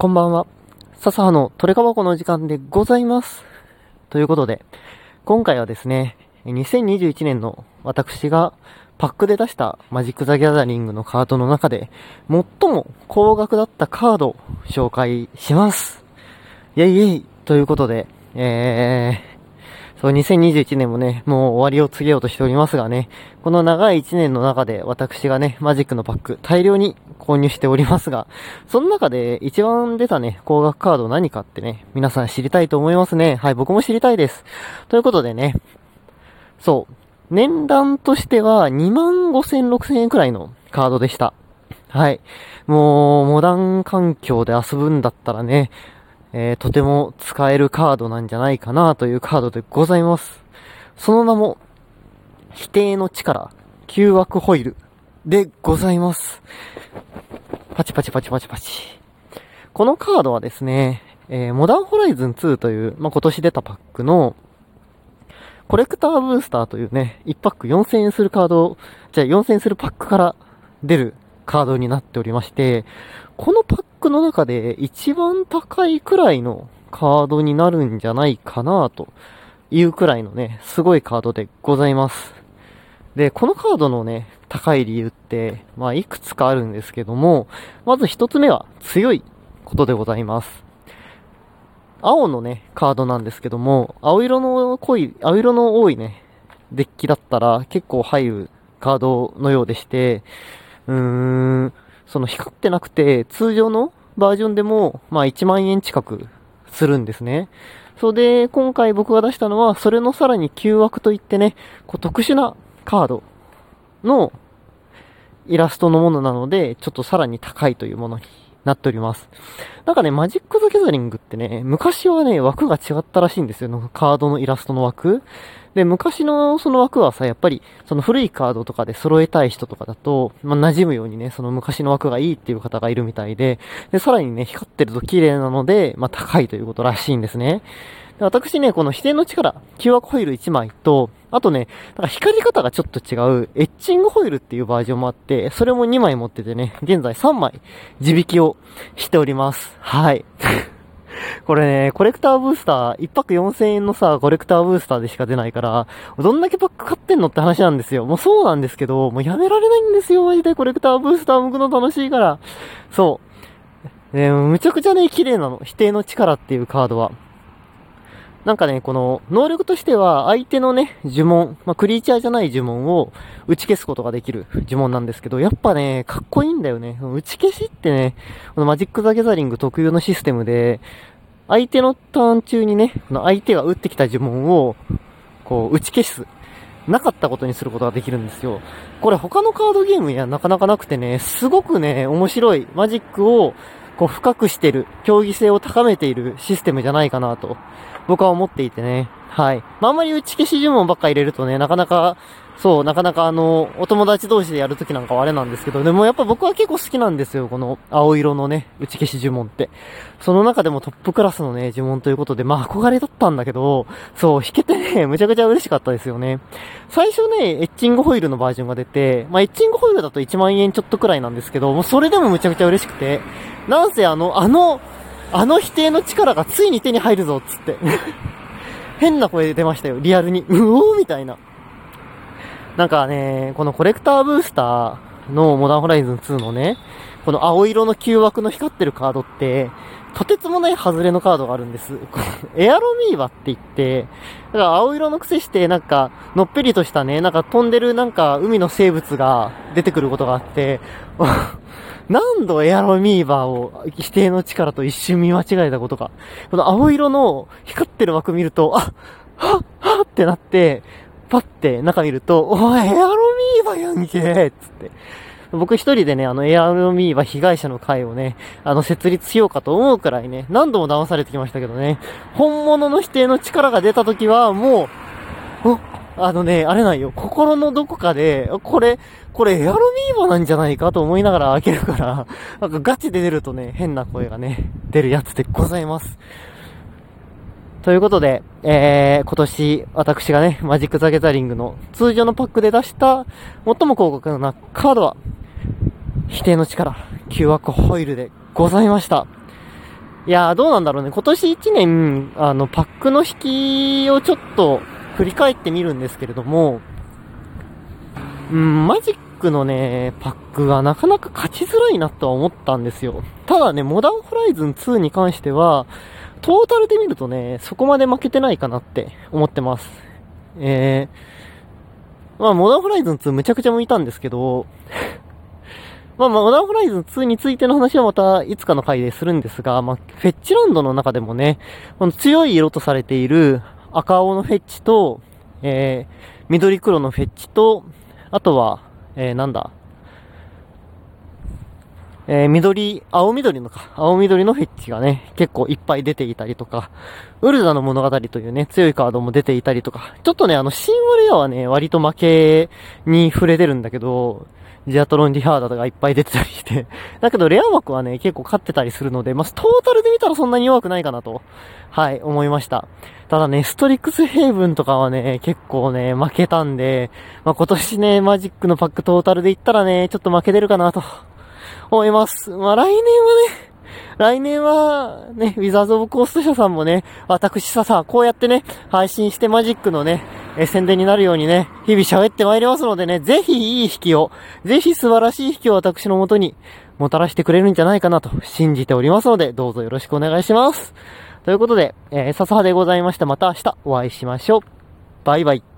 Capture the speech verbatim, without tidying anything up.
こんばんは。笹葉のトレカバコの時間でございます。ということで、今回はですね、にせんにじゅういちねんの私がパックで出したマジック・ザ・ギャザリングのカードの中で、最も高額だったカードを紹介します。イェイイェイということで、えー、そう、にせんにじゅういちねんもね、もう終わりを告げようとしておりますがね、この長いいちねんの中で私がね、マジックのパック大量に購入しておりますが、その中で一番出たね、高額カード何かってね、皆さん知りたいと思いますね。はい、僕も知りたいです。ということでね、そう、年段としてはにまんごせん、ろくせんえんくらいのカードでした。はい。もう、モダン環境で遊ぶんだったらね、えー、とても使えるカードなんじゃないかなというカードでございます。その名も、否定の力、きゅう枠ホイールでございます。パチパチパチパチパチ。このカードはですね、えー、モダンホライズンツーという、まあ、今年出たパックの、コレクターブースターというね、いちパックよんせんえんするカード、じゃあよんせんえんするパックから出るカードになっておりまして、このパックの中で一番高いくらいのカードになるんじゃないかなというくらいのね、すごいカードでございます。で、このカードのね、高い理由って、まあいくつかあるんですけども、まず一つ目は強いことでございます。青のね、カードなんですけども、青色の濃い、青色の多いね、デッキだったら結構入るカードのようでして、うーん、その光ってなくて、通常のバージョンでも、まあいちまんえん近くするんですね。それで、今回僕が出したのは、それのさらにきゅう枠といってね、こう特殊なカードのイラストのものなので、ちょっとさらに高いというものになっております。なんかね、マジック・ザ・ギャザリングってね、昔はね、枠が違ったらしいんですよ。カードのイラストの枠。で、昔のその枠はさ、やっぱり、その古いカードとかで揃えたい人とかだと、まあ、馴染むようにね、その昔の枠がいいっていう方がいるみたいで、で、さらにね、光ってると綺麗なので、まあ、高いということらしいんですね。で、私ね、この否定の力、きゅう枠ホイールいちまいと、あとね、なんか光り方がちょっと違う、エッチングホイールっていうバージョンもあって、それもにまい持っててね、現在さんまい地引きをしております。はい。これね、コレクターブースター、いちパックよんせんえんのさ、コレクターブースターでしか出ないから、どんだけパック買ってんのって話なんですよ。もうそうなんですけど、もうやめられないんですよ、マジで。コレクターブースター向くの楽しいから。そう。ね、むちゃくちゃね、綺麗なの。否定の力っていうカードは。なんかね、この、能力としては、相手のね、呪文、まあ、クリーチャーじゃない呪文を打ち消すことができる呪文なんですけど、やっぱね、かっこいいんだよね。打ち消しってね、このマジック・ザ・ギャザリング特有のシステムで、相手のターン中にね、この相手が打ってきた呪文を、こう、打ち消す。なかったことにすることができるんですよ。これ他のカードゲームにはなかなかなくてね、すごくね、面白いマジックを、こう、深くしてる、競技性を高めているシステムじゃないかなと、僕は思っていてね。はい。まあ、あんまり打ち消し呪文ばっか入れるとね、なかなか、そう、なかなかあの、お友達同士でやるときなんかはあれなんですけど、でもやっぱ僕は結構好きなんですよ、この青色のね、打ち消し呪文って。その中でもトップクラスのね、呪文ということで、まあ憧れだったんだけど、そう、弾けてね、むちゃくちゃ嬉しかったですよね。最初ね、エッチングホイールのバージョンが出て、まあエッチングホイールだといちまんえんちょっとくらいなんですけど、もうそれでもむちゃくちゃ嬉しくて、なんせあの、あの、あの否定の力がついに手に入るぞ、つって。変な声出ましたよ、リアルに。うおーみたいな。なんかね、このコレクターブースターのモダンホライズンツーのね、この青色のきゅう枠の光ってるカードって、とてつもない外れのカードがあるんです。エアロミーバって言って、だから青色の癖してなんか、のっぺりとしたね、なんか飛んでるなんか海の生物が出てくることがあって、何度エアロミーバーを否定の力と一瞬見間違えたことか。この青色の光ってる枠見ると、あ、はっはっってなって、パッて中見ると、おい、エアロミーバやんけーっつって。僕一人でね、あの、エアロミーバ被害者の会をね、あの、設立しようかと思うくらいね、何度も騙されてきましたけどね、本物の否定の力が出た時は、もう、お、あのね、あれなんよ、心のどこかで、これ、これエアロミーバなんじゃないかと思いながら開けるから、なんかガチで出るとね、変な声がね、出るやつでございます。ということで、えー、今年、私がね、マジック・ザ・ギャザリングの通常のパックで出した、最も高額なカードは、否定の力、きゅう枠ホイールでございました。 いやー、どうなんだろうね。今年いちねん、あの、パックの引きをちょっと振り返ってみるんですけれども、うん、マジックのね、パックがなかなか勝ちづらいなとは思ったんですよ。ただね、モダンホライズンツーに関しては、トータルで見るとね、そこまで負けてないかなって思ってます。えー、まあ、モダンホライズンツーむちゃくちゃ向いたんですけど、まあ、モダンホライズンツーについての話はまたいつかの回でするんですが、まあ、フェッチランドの中でもね、この強い色とされている赤青のフェッチと、えー、緑黒のフェッチと、あとは、えー、なんだ、えー、緑、青緑のか、青緑のフェッチがね、結構いっぱい出ていたりとか、ウルザの物語というね、強いカードも出ていたりとか、ちょっとね、あの、シンワレアはね、割と負けに触れてるんだけど、ジアトロン・ディハーダとかいっぱい出てたりして。だけど、レア枠はね、結構勝ってたりするので、まあ、トータルで見たらそんなに弱くないかなと、はい、思いました。ただね、ストリックスヘイブンとかはね、結構ね、負けたんで、まあ、今年ね、マジックのパックトータルで言ったらね、ちょっと負けてるかなと、思います。まあ、来年はね、来年は、ね、ウィザーズ・オブ・コースト社さんもね、私ささ、こうやってね、配信してマジックのね、え宣伝になるようにね、日々喋ってまいりますのでね、ぜひいい引きを、ぜひ素晴らしい引きを私のもとにもたらしてくれるんじゃないかなと信じておりますので、どうぞよろしくお願いします。ということで、えー、笹葉でございました。また明日お会いしましょう。バイバイ。